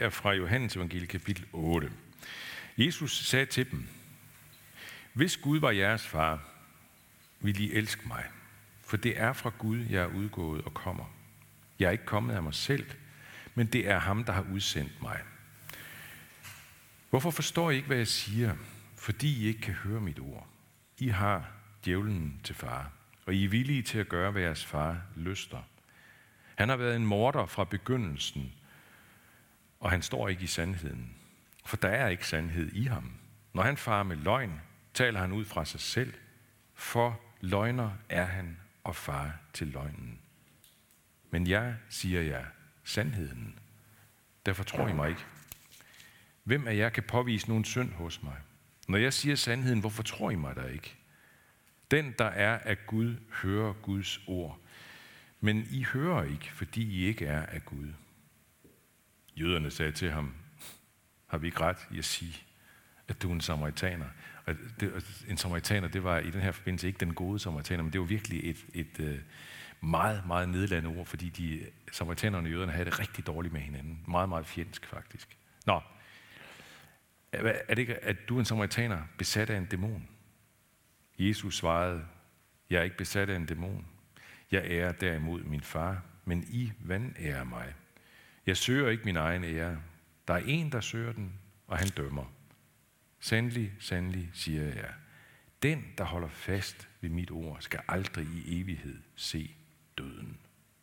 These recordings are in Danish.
er fra Johannes evangeliet kapitel 8. Jesus sagde til dem: Hvis Gud var jeres far, ville I elske mig, for det er fra Gud, jeg er udgået og kommer. Jeg er ikke kommet af mig selv, men det er ham, der har udsendt mig. Hvorfor forstår I ikke, hvad jeg siger? Fordi I ikke kan høre mit ord. I har djævlen til far, og I er villige til at gøre, hvad jeres far lyster. Han har været en morder fra begyndelsen, og han står ikke i sandheden. For der er ikke sandhed i ham. Når han farer med løgn, taler han ud fra sig selv, for løgner er han og far til løgnen. Men jeg siger jer sandheden. Derfor tror I mig ikke. Hvem af jer kan påvise nogen synd hos mig? Når jeg siger sandheden, hvorfor tror I mig der ikke? Den, der er af Gud, hører Guds ord. Men I hører ikke, fordi I ikke er af Gud. Jøderne sagde til ham: Har vi ikke ret i at sige, at du er en samaritaner? Og en samaritaner, det var i den her forbindelse ikke den gode samaritaner, men det var virkelig et meget, meget nedladende ord, fordi samaritanerne og jøderne havde det rigtig dårligt med hinanden. Meget, meget fjendsk faktisk. Nå, er det ikke, at du er en samaritaner besat af en dæmon? Jesus svarede: Jeg er ikke besat af en dæmon. Jeg ærer derimod min far, men I vanærer mig. Jeg søger ikke min egen ære. Der er en, der søger den, og han dømmer. Sandelig, sandelig, siger jeg jer. Den, der holder fast ved mit ord, skal aldrig i evighed se døden.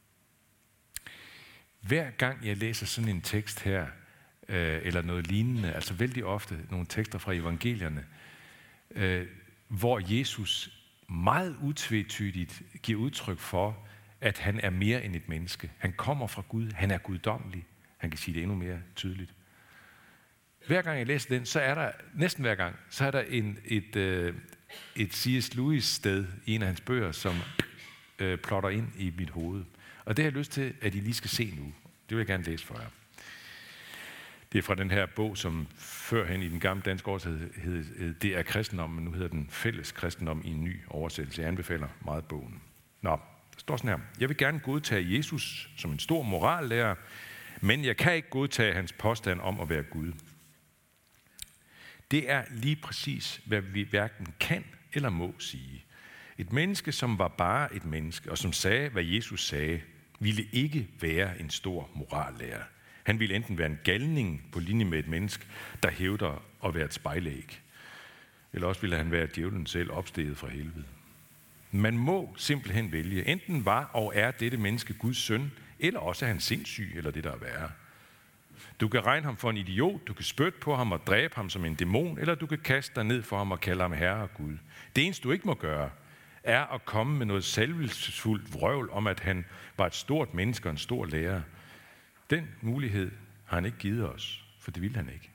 Hver gang jeg læser sådan en tekst her, eller noget lignende, altså vældig ofte nogle tekster fra evangelierne, hvor Jesus meget utvetydigt giver udtryk for, at han er mere end et menneske. Han kommer fra Gud. Han er guddommelig. Han kan sige det endnu mere tydeligt. Hver gang jeg læser den, så er der, næsten hver gang, så er der et C.S. Lewis sted i en af hans bøger, som plotter ind i mit hoved. Og det har jeg lyst til, at I lige skal se nu. Det vil jeg gerne læse for jer. Det er fra den her bog, som førhen i den gamle danske oversættelse hed Det er kristendom, men nu hedder den Fælles kristendom i en ny oversættelse. Jeg anbefaler meget bogen. Nå, der står sådan her: Jeg vil gerne godtage Jesus som en stor morallærer, men jeg kan ikke godtage hans påstand om at være Gud. Det er lige præcis, hvad vi hverken kan eller må sige. Et menneske, som var bare et menneske, og som sagde, hvad Jesus sagde, ville ikke være en stor morallærer. Han ville enten være en galning på linje med et menneske, der hævder at være et spejlæg. Eller også ville han være djævlen selv opsteget fra helvede. Man må simpelthen vælge. Enten var og er dette menneske Guds søn, eller også er han sindssyg, eller det der er værre. Du kan regne ham for en idiot, du kan spytte på ham og dræbe ham som en dæmon, eller du kan kaste dig ned for ham og kalde ham herre og Gud. Det eneste, du ikke må gøre, er at komme med noget salvelsesfuldt vrøvl om, at han var et stort menneske og en stor lærer. Den mulighed har han ikke givet os, for det ville han ikke.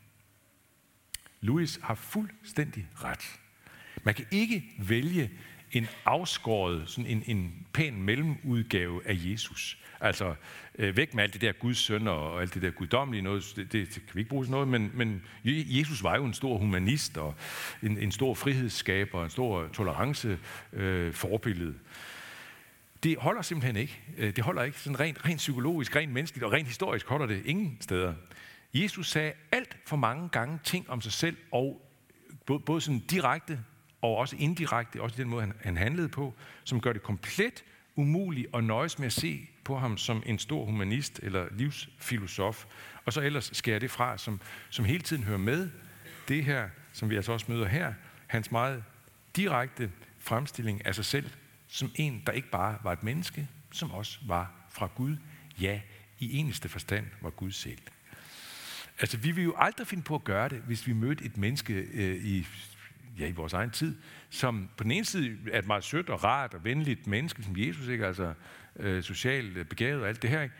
Lewis har fuldstændig ret. Man kan ikke vælge en afskåret, sådan en pæn mellemudgave af Jesus. Altså væk med alt det der Guds søn og alt det der guddommelige noget, det kan vi ikke bruge til noget, men Jesus var jo en stor humanist og en stor frihedsskaber, en stor tolerance forbillede. Det holder simpelthen ikke. Det holder ikke sådan rent psykologisk, rent menneskeligt og rent historisk holder det ingen steder. Jesus sagde alt for mange gange ting om sig selv, og både sådan direkte og også indirekte, også den måde, han handlede på, som gør det komplet umuligt at nøjes med at se på ham som en stor humanist eller livsfilosof. Og så ellers skærer det fra, som hele tiden hører med det her, som vi altså også møder her, hans meget direkte fremstilling af sig selv, som en, der ikke bare var et menneske, som også var fra Gud. Ja, i eneste forstand var Gud selv. Altså, vi vil jo aldrig finde på at gøre det, hvis vi mødte et menneske i vores egen tid, som på den ene side er et meget sødt og rart og venligt menneske, som Jesus, ikke? Altså socialt begavet og alt det her, ikke?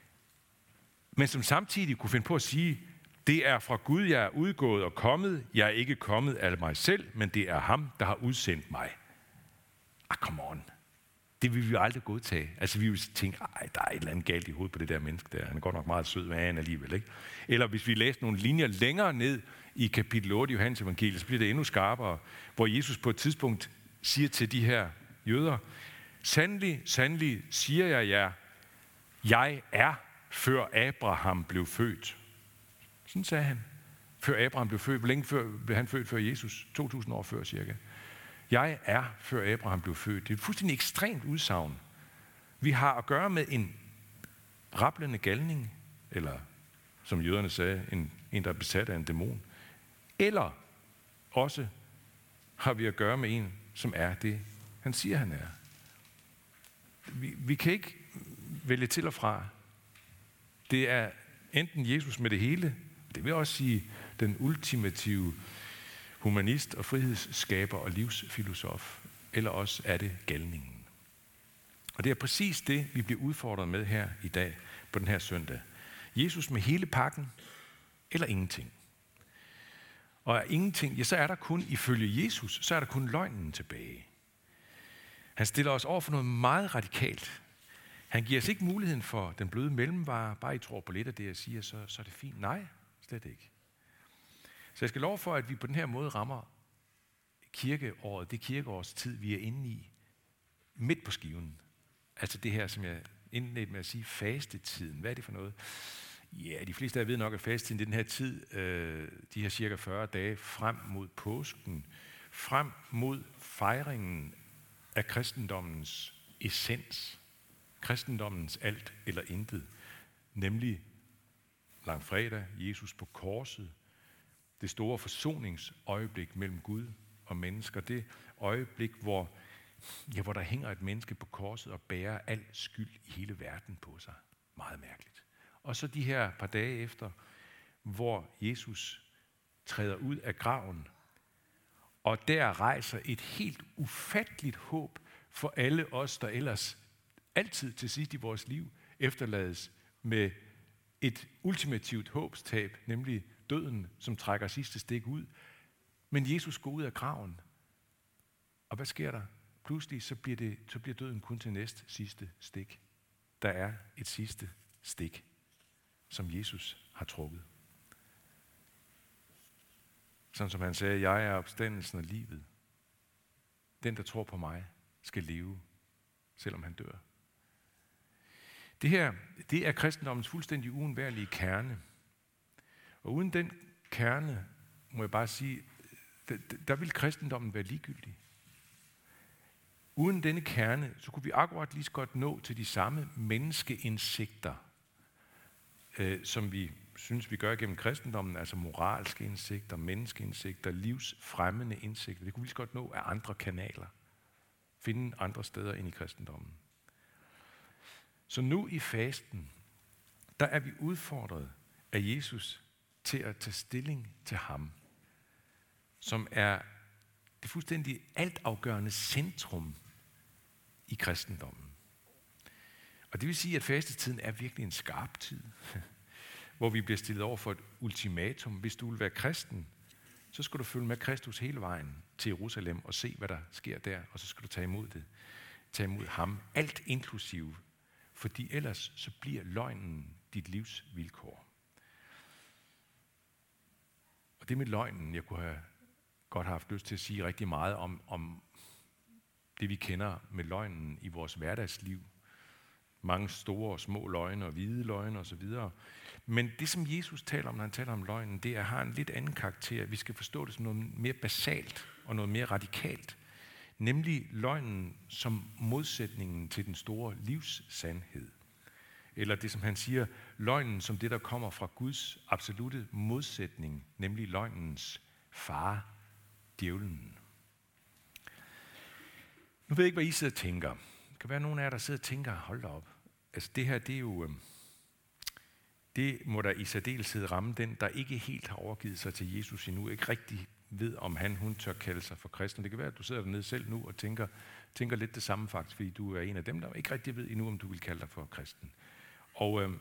Men som samtidig kunne finde på at sige, det er fra Gud, jeg er udgået og kommet. Jeg er ikke kommet af mig selv, men det er ham, der har udsendt mig. Come on. Det vil vi jo aldrig godtage. Altså vi vil tænke, der er et eller andet galt i hovedet på det der menneske der. Han er godt nok meget sød, hvad han alligevel, ikke? Eller hvis vi læser nogle linjer længere ned i kapitel 8 i Johannes evangeliet, så bliver det endnu skarpere, hvor Jesus på et tidspunkt siger til de her jøder: Sandelig, sandelig, siger jeg jer, jeg er, før Abraham blev født. Sådan sagde han. Før Abraham blev født. Hvor længe før blev han født før Jesus? 2000 år før cirka. Jeg er, før Abraham blev født. Det er et fuldstændig ekstremt udsagn. Vi har at gøre med en rablende galning, eller som jøderne sagde, en der er besat af en dæmon. Eller også har vi at gøre med en, som er det, han siger, han er. Vi kan ikke vælge til og fra. Det er enten Jesus med det hele, det vil også sige den ultimative humanist og frihedsskaber og livsfilosof, eller også er det galningen. Og det er præcis det, vi bliver udfordret med her i dag, på den her søndag. Jesus med hele pakken, eller ingenting. Og er ingenting, ja, så er der kun, ifølge Jesus, så er der kun løgnen tilbage. Han stiller os over for noget meget radikalt. Han giver os ikke muligheden for den bløde mellemvare, bare I tror på lidt af det, jeg siger, så er det fint. Nej, slet ikke. Så jeg skal love for, at vi på den her måde rammer kirkeåret, det kirkeårs tid, vi er inde i, midt på skiven. Altså det her, som jeg indledte med at sige, fastetiden. Hvad er det for noget? Ja, de fleste af jer ved nok, at fastetiden det er den her tid, de her cirka 40 dage frem mod påsken, frem mod fejringen af kristendommens essens, kristendommens alt eller intet, nemlig langfredag, Jesus på korset, det store forsoningsøjeblik mellem Gud og mennesker, det øjeblik, hvor der hænger et menneske på korset og bærer al skyld i hele verden på sig. Meget mærkeligt. Og så de her par dage efter, hvor Jesus træder ud af graven, og der rejser et helt ufatteligt håb for alle os, der ellers altid til sidst i vores liv efterlades med et ultimativt håbstab, nemlig døden, som trækker sidste stik ud. Men Jesus går ud af graven, og hvad sker der? Pludselig så bliver døden kun til næst sidste stik. Der er et sidste stik, som Jesus har trukket. Sådan som han sagde, jeg er opstandelsen og livet. Den, der tror på mig, skal leve, selvom han dør. Det her, det er kristendommens fuldstændig uundværlige kerne. Og uden den kerne, må jeg bare sige, der vil kristendommen være ligegyldig. Uden denne kerne, så kunne vi akkurat lige så godt nå til de samme menneskeindsigter, som vi synes, vi gør gennem kristendommen, altså moralske indsigter, menneskeindsigter, livsfremmende indsigter. Det kunne vi lige så godt nå af andre kanaler. Finde andre steder end i kristendommen. Så nu i fasten, der er vi udfordret af Jesus til at tage stilling til ham, som er det fuldstændig altafgørende centrum i kristendommen. Og det vil sige, at fastetiden er virkelig en skarp tid, hvor vi bliver stillet over for et ultimatum. Hvis du vil være kristen, så skal du følge med Kristus hele vejen til Jerusalem og se, hvad der sker der, og så skal du tage imod det. Tage imod ham, alt inklusive, fordi ellers så bliver løgnen dit livs vilkår. Og det med løgnen, jeg kunne have godt have haft lyst til at sige rigtig meget om det, vi kender med løgnen i vores hverdagsliv. Mange store og små løgne og hvide løgne osv. Men det, som Jesus taler om, når han taler om løgnen, det har en lidt anden karakter. Vi skal forstå det som noget mere basalt og noget mere radikalt. Nemlig løgnen som modsætningen til den store livssandhed. Eller det, som han siger, løgnen som det, der kommer fra Guds absolute modsætning, nemlig løgnens far, djævlen. Nu ved jeg ikke, hvad I sidder og tænker. Det kan være nogen af jer, der sidder og tænker, hold da op. Altså det her, det er jo, det må der i særdeleshed ramme den, der ikke helt har overgivet sig til Jesus endnu, ikke rigtig ved, om hun tør kalde sig for kristen. Det kan være, at du sidder dernede selv nu og tænker lidt det samme faktisk, fordi du er en af dem, der ikke rigtig ved endnu, om du vil kalde dig for kristen. Og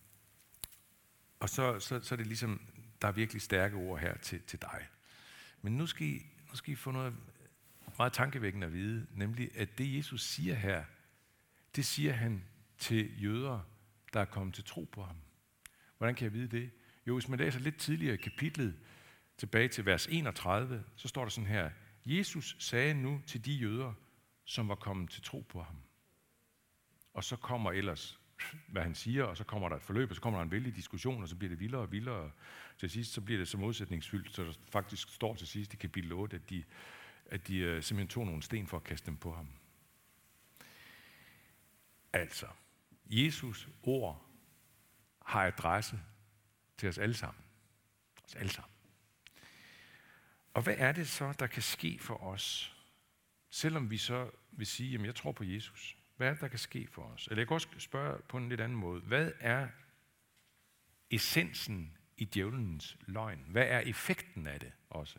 så er det ligesom, der er virkelig stærke ord her til dig. Men nu skal I få noget meget tankevækkende at vide, nemlig at det Jesus siger her, det siger han til jøder, der er kommet til tro på ham. Hvordan kan jeg vide det? Jo, hvis man læser lidt tidligere i kapitlet, tilbage til vers 31, så står der sådan her, Jesus sagde nu til de jøder, som var kommet til tro på ham. Og så kommer ellers hvad han siger, og så kommer der et forløb, og så kommer der en vældig diskussion, og så bliver det vildere og vildere, og til sidst så bliver det så modsætningsfyldt, så der faktisk står til sidst i kapitel 8, at de simpelthen tog nogle sten for at kaste dem på ham. Altså, Jesus ord har adresse til os alle sammen. Os alle sammen. Og hvad er det så, der kan ske for os, selvom vi så vil sige, jamen jeg tror på Jesus? Hvad er det, der kan ske for os? Eller jeg kan også spørge på en lidt anden måde. Hvad er essensen i djævelens løgn? Hvad er effekten af det også?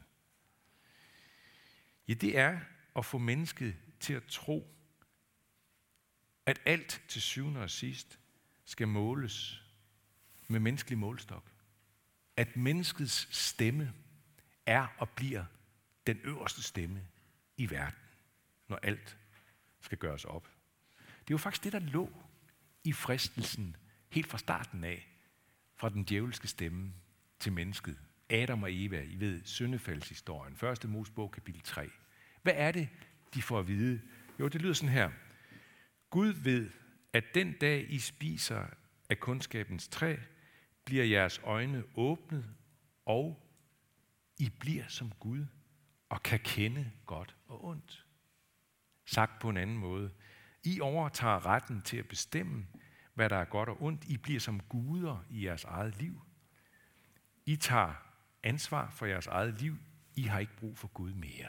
Ja, det er at få mennesket til at tro, at alt til syvende og sidst skal måles med menneskelig målestok. At menneskets stemme er og bliver den øverste stemme i verden, når alt skal gøres op. Det er jo faktisk det, der lå i fristelsen helt fra starten af, fra den djævelske stemme til mennesket. Adam og Eva, I ved, syndefaldshistorien, 1. Mosebog, kapitel 3. Hvad er det, de får at vide? Jo, det lyder sådan her. Gud ved, at den dag, I spiser af kundskabens træ, bliver jeres øjne åbnet, og I bliver som Gud og kan kende godt og ondt. Sagt på en anden måde. I overtager retten til at bestemme, hvad der er godt og ondt. I bliver som guder i jeres eget liv. I tager ansvar for jeres eget liv. I har ikke brug for Gud mere.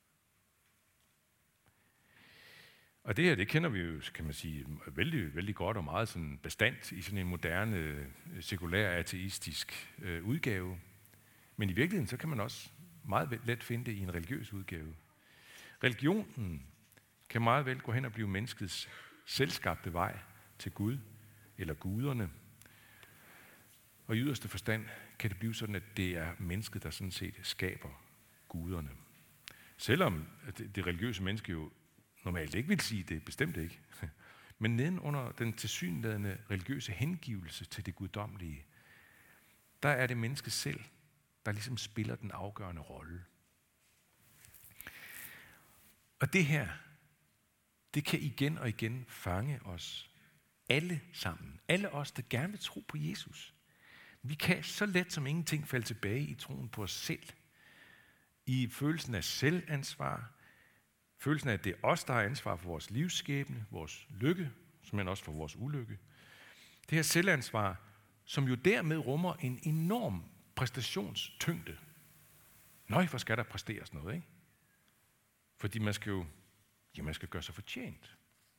Og det her, det kender vi jo, kan man sige, vældig, vældig godt og meget sådan bestandt i sådan en moderne, sekulær, ateistisk udgave. Men i virkeligheden, så kan man også meget let finde det i en religiøs udgave. Religionen kan meget vel gå hen og blive menneskets selvskabte vej til Gud eller guderne. Og i yderste forstand kan det blive sådan, at det er mennesket, der sådan set skaber guderne. Selvom det religiøse menneske jo normalt ikke vil sige det, bestemt ikke. Men nedenunder den tilsyneladende religiøse hengivelse til det guddommelige, der er det mennesket selv, der ligesom spiller den afgørende rolle. Og det her, det kan igen og igen fange os alle sammen. Alle os, der gerne vil tro på Jesus. Vi kan så let som ingenting falde tilbage i troen på os selv. I følelsen af selvansvar, følelsen af, at det er os, der har ansvar for vores livsskæbne, vores lykke, men også for vores ulykke. Det her selvansvar, som jo dermed rummer en enorm præstationstyngde. Nøj, hvor skal der præsteres noget, ikke? Fordi man skal gøre sig fortjent.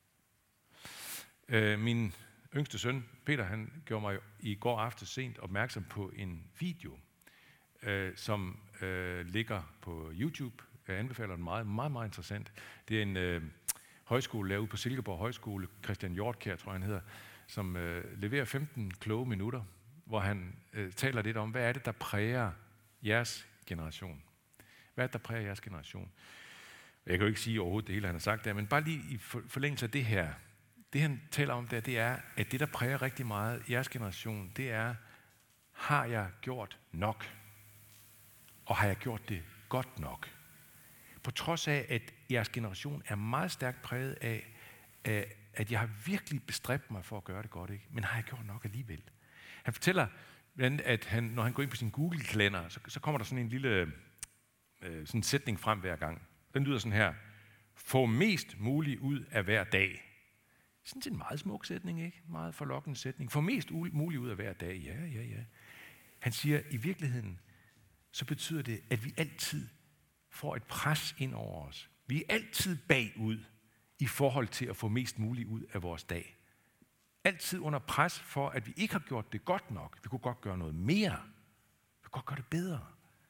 Min yngste søn, Peter, han gjorde mig i går aftes sent opmærksom på en video, som ligger på YouTube. Jeg anbefaler den meget, meget, meget interessant. Det er en højskole lavet på Silkeborg Højskole, Christian Hjortkjær, tror jeg han hedder, som leverer 15 kloge minutter, hvor han taler lidt om, hvad er det, der præger jeres generation? Hvad er det, der præger jeres generation? Jeg kan jo ikke sige overhovedet det hele, han har sagt der, men bare lige i forlængelse af det her. Det, han taler om der, det er, at det, der præger rigtig meget jeres generation, det er, har jeg gjort nok? Og har jeg gjort det godt nok? På trods af, at jeres generation er meget stærkt præget af, at jeg har virkelig bestræbt mig for at gøre det godt, ikke? Men har jeg gjort nok alligevel? Han fortæller, at når han går ind på sin Google-kalender, så kommer der sådan en lille sådan sætning frem hver gang. Den lyder sådan her. Få mest muligt ud af hver dag. Sådan en meget smuk sætning, ikke? Meget forlokkende sætning. Få mest muligt ud af hver dag. Ja. Han siger, i virkeligheden, så betyder det, at vi altid får et pres ind over os. Vi er altid bagud i forhold til at få mest muligt ud af vores dag. Altid under pres for, at vi ikke har gjort det godt nok. Vi kunne godt gøre noget mere. Vi kunne godt gøre det bedre.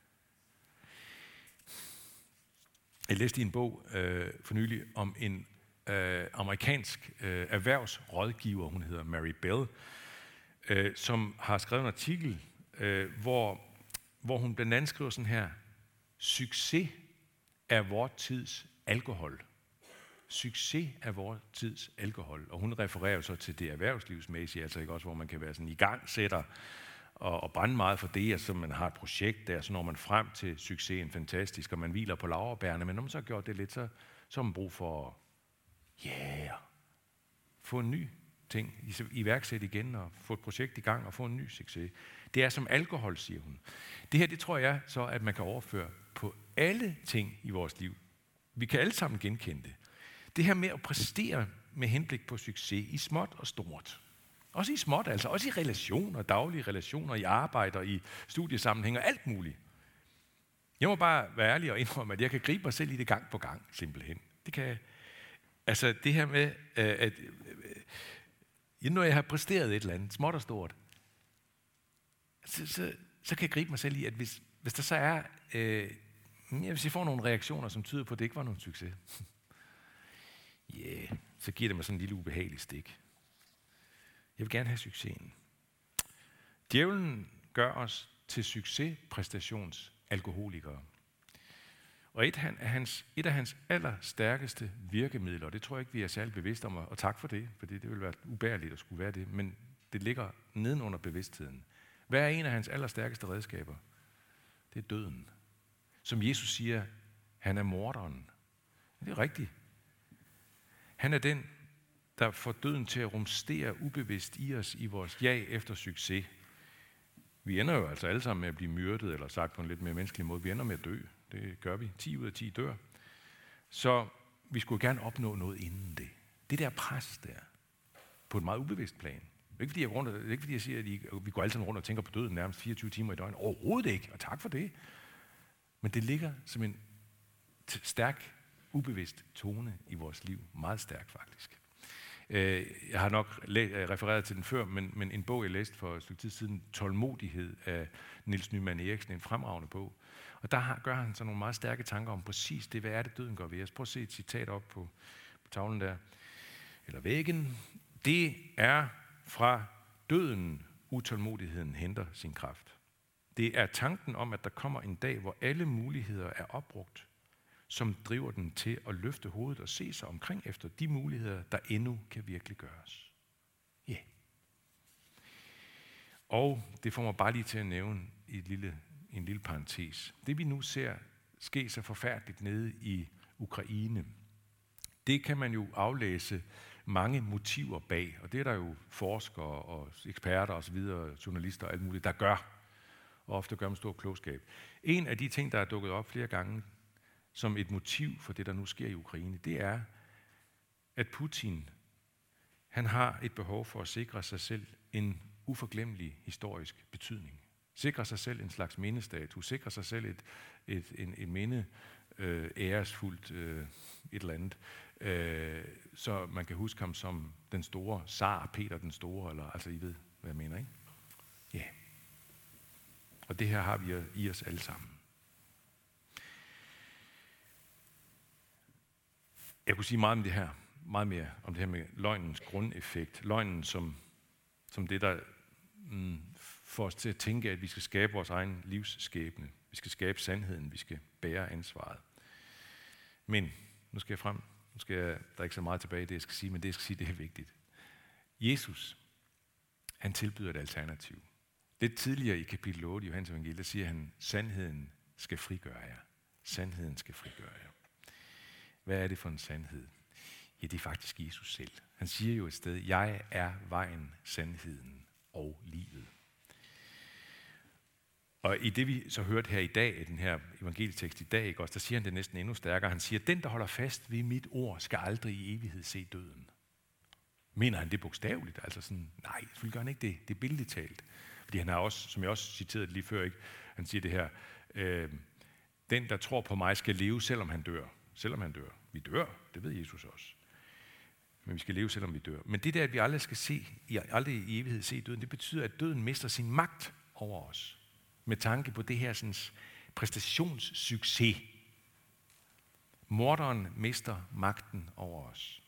Jeg læste i en bog for nylig om en amerikansk erhvervsrådgiver, hun hedder Mary Bell, som har skrevet en artikel, hvor hun blandt andet skriver sådan her: succes er vores tids alkohol. Succes er vores tids alkohol. Og hun refererer så til det erhvervslivsmæssige, altså ikke også, hvor man kan være sådan i gang sætter og brænde meget for det, og så man har et projekt der, så når man frem til succesen fantastisk, og man hviler på laurbærrene, men når man så har gjort det lidt, så har man brug for få en ny ting, iværksætte igen og få et projekt i gang og få en ny succes. Det er som alkohol, siger hun. Det her, det tror jeg så, at man kan overføre på alle ting i vores liv. Vi kan alle sammen genkende det. Det her med at præstere med henblik på succes i småt og stort. Også i småt, altså også i relationer, daglige relationer, i arbejde og i studiesammenhæng og alt muligt. Jeg må bare være ærlig og indrømme, at jeg kan gribe mig selv i det gang på gang, simpelthen. Det kan jeg. Altså det her med, at når jeg har præsteret et eller andet, småt og stort, så kan jeg gribe mig selv i, at hvis der så er, hvis jeg får nogle reaktioner, som tyder på, at det ikke var nogen succes, så giver det mig sådan en lille ubehagelig stik. Jeg vil gerne have succesen. Djævlen gør os til succespræstationsalkoholikere. Og et af hans allerstærkeste virkemidler, og det tror jeg ikke, vi er særlig bevidste om, og tak for det, for det vil være ubærligt at skulle være det, men det ligger nedenunder bevidstheden. Hvad er en af hans allerstærkeste redskaber? Det er døden. Som Jesus siger, han er morderen. Det er rigtigt. Han er den, der får døden til at rumstere ubevidst i os i vores jag efter succes. Vi ender jo altså alle sammen med at blive myrdet, eller sagt på en lidt mere menneskelig måde, vi ender med at dø. Det gør vi. 10 ud af 10 dør. Så vi skulle gerne opnå noget inden det. Det der pres der, på et meget ubevidst plan. Det er ikke fordi jeg siger, at vi går alle sammen rundt og tænker på døden nærmest 24 timer i døgnet. Overhovedet ikke, og tak for det. Men det ligger som en stærk, ubevidst tone i vores liv. Meget stærk faktisk. Jeg har nok refereret til den før, men en bog, jeg læste for et stykke tid siden, Tålmodighed af Niels Nymann Eriksen, en fremragende bog. Og der gør han så nogle meget stærke tanker om præcis det, hvad er det, døden gør ved os. Prøv at se et citat op på tavlen der, eller væggen. Det er fra døden, utålmodigheden henter sin kraft. Det er tanken om, at der kommer en dag, hvor alle muligheder er opbrugt, som driver den til at løfte hovedet og se sig omkring efter de muligheder, der endnu kan virkelig gøres. Ja. Yeah. Og det får mig bare lige til at nævne en lille parentes. Det vi nu ser ske så forfærdeligt nede i Ukraine, det kan man jo aflæse mange motiver bag, og det er der jo forskere og eksperter og så videre, journalister og alt muligt, der gør, og ofte gør med stor klogskab. En af de ting, der er dukket op flere gange som et motiv for det, der nu sker i Ukraine, det er, at Putin, han har et behov for at sikre sig selv en uforglemmelig historisk betydning. Sikre sig selv en slags mindestatus, sikre sig selv et minde, æresfuldt et eller andet, så man kan huske ham som den store zar, Peter den Store, eller altså I ved, hvad jeg mener, ikke? Ja. Yeah. Og det her har vi i os alle sammen. Jeg kunne sige meget mere om det her med løgnens grundeffekt. Løgnen som det, der får os til at tænke, at vi skal skabe vores egen livsskæbne. Vi skal skabe sandheden, vi skal bære ansvaret. Men, nu skal der er ikke så meget tilbage i det, jeg skal sige, men det, jeg skal sige, det er vigtigt. Jesus, han tilbyder et alternativ. Lidt tidligere i kapitel 8 i Johannes evangeliet, der siger han, sandheden skal frigøre jer. Sandheden skal frigøre jer. Hvad er det for en sandhed? Ja, det er faktisk Jesus selv. Han siger jo et sted, jeg er vejen, sandheden og livet. Og i det, vi så hørte her i dag, i den her evangelietekst i dag, ikke også, der siger han det næsten endnu stærkere. Han siger, den, der holder fast ved mit ord, skal aldrig i evighed se døden. Mener han det bogstaveligt? Altså sådan, nej, selvfølgelig gør han ikke det. Det er billedligt talt. Fordi han har også, som jeg også citerede lige før, ikke? Han siger det her, den, der tror på mig, skal leve, selvom han dør. Selvom han dør. Vi dør, det ved Jesus også. Men vi skal leve, selvom vi dør. Men det der, at vi aldrig i evighed se døden, det betyder, at døden mister sin magt over os. Med tanke på det her sådan, præstationssucces. Morderen mister magten over os.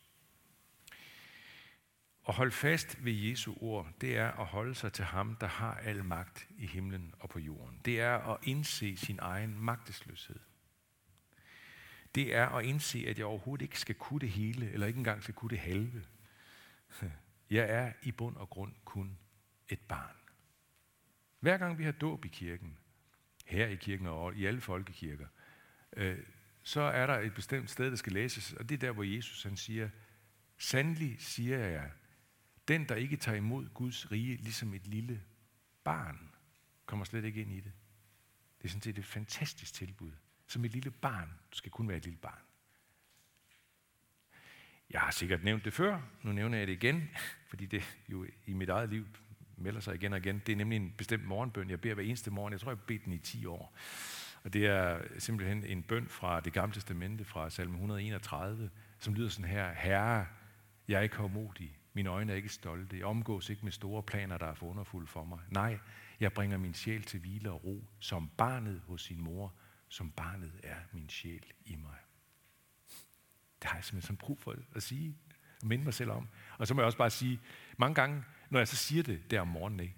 At holde fast ved Jesu ord, det er at holde sig til ham, der har al magt i himlen og på jorden. Det er at indse sin egen magtesløshed. Det er at indse, at jeg overhovedet ikke skal kunne det hele, eller ikke engang skal kunne det halve. Jeg er i bund og grund kun et barn. Hver gang vi har dåb i kirken, her i kirken og i alle folkekirker, så er der et bestemt sted, der skal læses, og det er der, hvor Jesus han siger, sandelig siger jeg jer, Den, der ikke tager imod Guds rige, ligesom et lille barn, kommer slet ikke ind i det. Det er sådan set et fantastisk tilbud. Som et lille barn. Du skal kun være et lille barn. Jeg har sikkert nævnt det før. Nu nævner jeg det igen, fordi det jo i mit eget liv melder sig igen og igen. Det er nemlig en bestemt morgenbøn, jeg beder hver eneste morgen. Jeg tror, jeg har bedt den i 10 år. Og det er simpelthen en bøn fra det gamle testamente, fra salme 131, som lyder sådan her: Herre, jeg er ikke hovmodig. Mine øjne er ikke stolte. Jeg omgås ikke med store planer, der er for underfulde for mig. Nej, jeg bringer min sjæl til hvile og ro, som barnet hos sin mor, som barnet er min sjæl i mig. Det har jeg simpelthen sådan brug for at sige, og minde mig selv om. Og så må jeg også bare sige, mange gange, når jeg så siger det der om morgenen, ikke,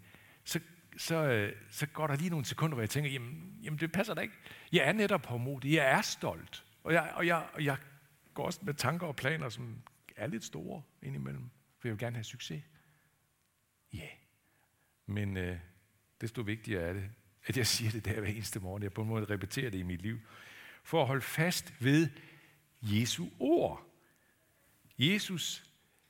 så går der lige nogle sekunder, hvor jeg tænker, jamen det passer da ikke. Jeg er netop hovmodig, jeg er stolt, og jeg går også med tanker og planer, som er lidt store indimellem, for jeg vil gerne have succes. Ja, yeah. Men desto vigtigere er det, at jeg siger det der hver eneste morgen. Jeg på en måde repeterer det i mit liv, for at holde fast ved Jesu ord. Jesus,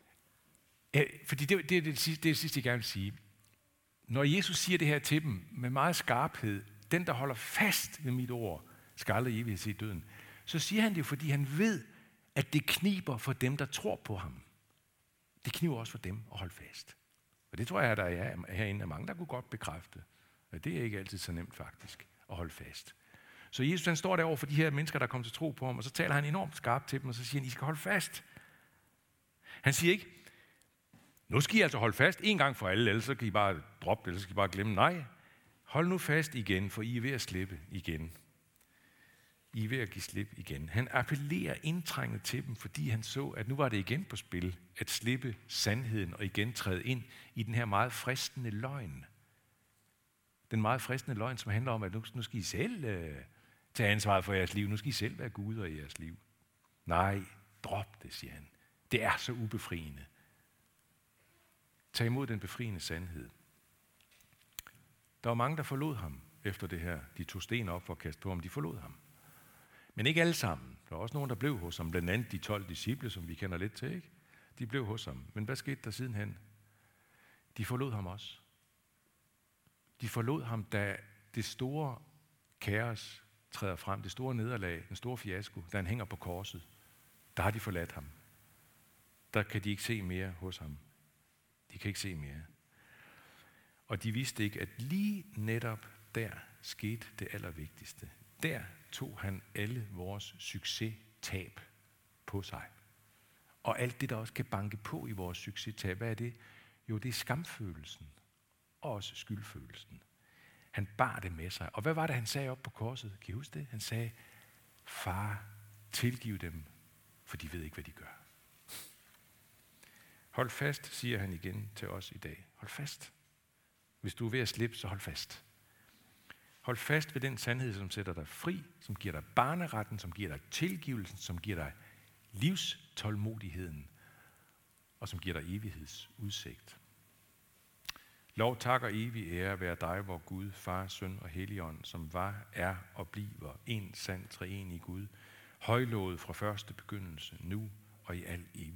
fordi det er det sidste, jeg gerne vil sige. Når Jesus siger det her til dem med meget skarphed, den, der holder fast ved mit ord, skal aldrig evigt se døden, så siger han det jo, fordi han ved, at det kniber for dem, der tror på ham. Det kniber også for dem at holde fast. Og det tror jeg, at der er herinde er mange, der kunne godt bekræfte. Og det er ikke altid så nemt faktisk at holde fast. Så Jesus han står derovre for de her mennesker, der kommer til tro på ham, og så taler han enormt skarpt til dem, og så siger han, I skal holde fast. Han siger ikke, nu skal I altså holde fast en gang for alle, ellers så kan I bare droppe det, ellers så kan I bare glemme. Nej, hold nu fast igen, for I er ved at slippe igen. I er ved at give slip igen. Han appellerer indtrænget til dem, fordi han så, at nu var det igen på spil, at slippe sandheden og igen træde ind i den her meget fristende løgn. Den meget fristende løgn, som handler om, at nu skal I selv tage ansvaret for jeres liv. Nu skal I selv være guder i jeres liv. Nej, drop det, siger han. Det er så ubefriende. Tag imod den befriende sandhed. Der var mange, der forlod ham efter det her. De tog sten op for at kaste på ham. De forlod ham. Men ikke alle sammen. Der var også nogen, der blev hos ham. Blandt andet de 12 disciple, som vi kender lidt til, ikke? De blev hos ham. Men hvad skete der sidenhen? De forlod ham også. De forlod ham, da det store kaos træder frem, det store nederlag, den store fiasko, da han hænger på korset. Der har de forladt ham. Der kan de ikke se mere hos ham. De kan ikke se mere. Og de vidste ikke, at lige netop der skete det allervigtigste. Der tog han alle vores succestab på sig. Og alt det, der også kan banke på i vores succestab, hvad er det? Jo, det er skamfølelsen. Og også skyldfølelsen. Han bar det med sig. Og hvad var det, han sagde op på korset? Kan I huske det? Han sagde, far, tilgiv dem, for de ved ikke, hvad de gør. Hold fast, siger han igen til os i dag. Hold fast. Hvis du er ved at slippe, så hold fast. Hold fast ved den sandhed, som sætter dig fri, som giver dig barneretten, som giver dig tilgivelsen, som giver dig livstålmodigheden, og som giver dig evighedsudsigt. Lov, tak og evig ære være dig, vor Gud, Far, Søn og Helligånd, som var, er og bliver en sand treenig Gud, højlovet fra første begyndelse, nu og i al evighed.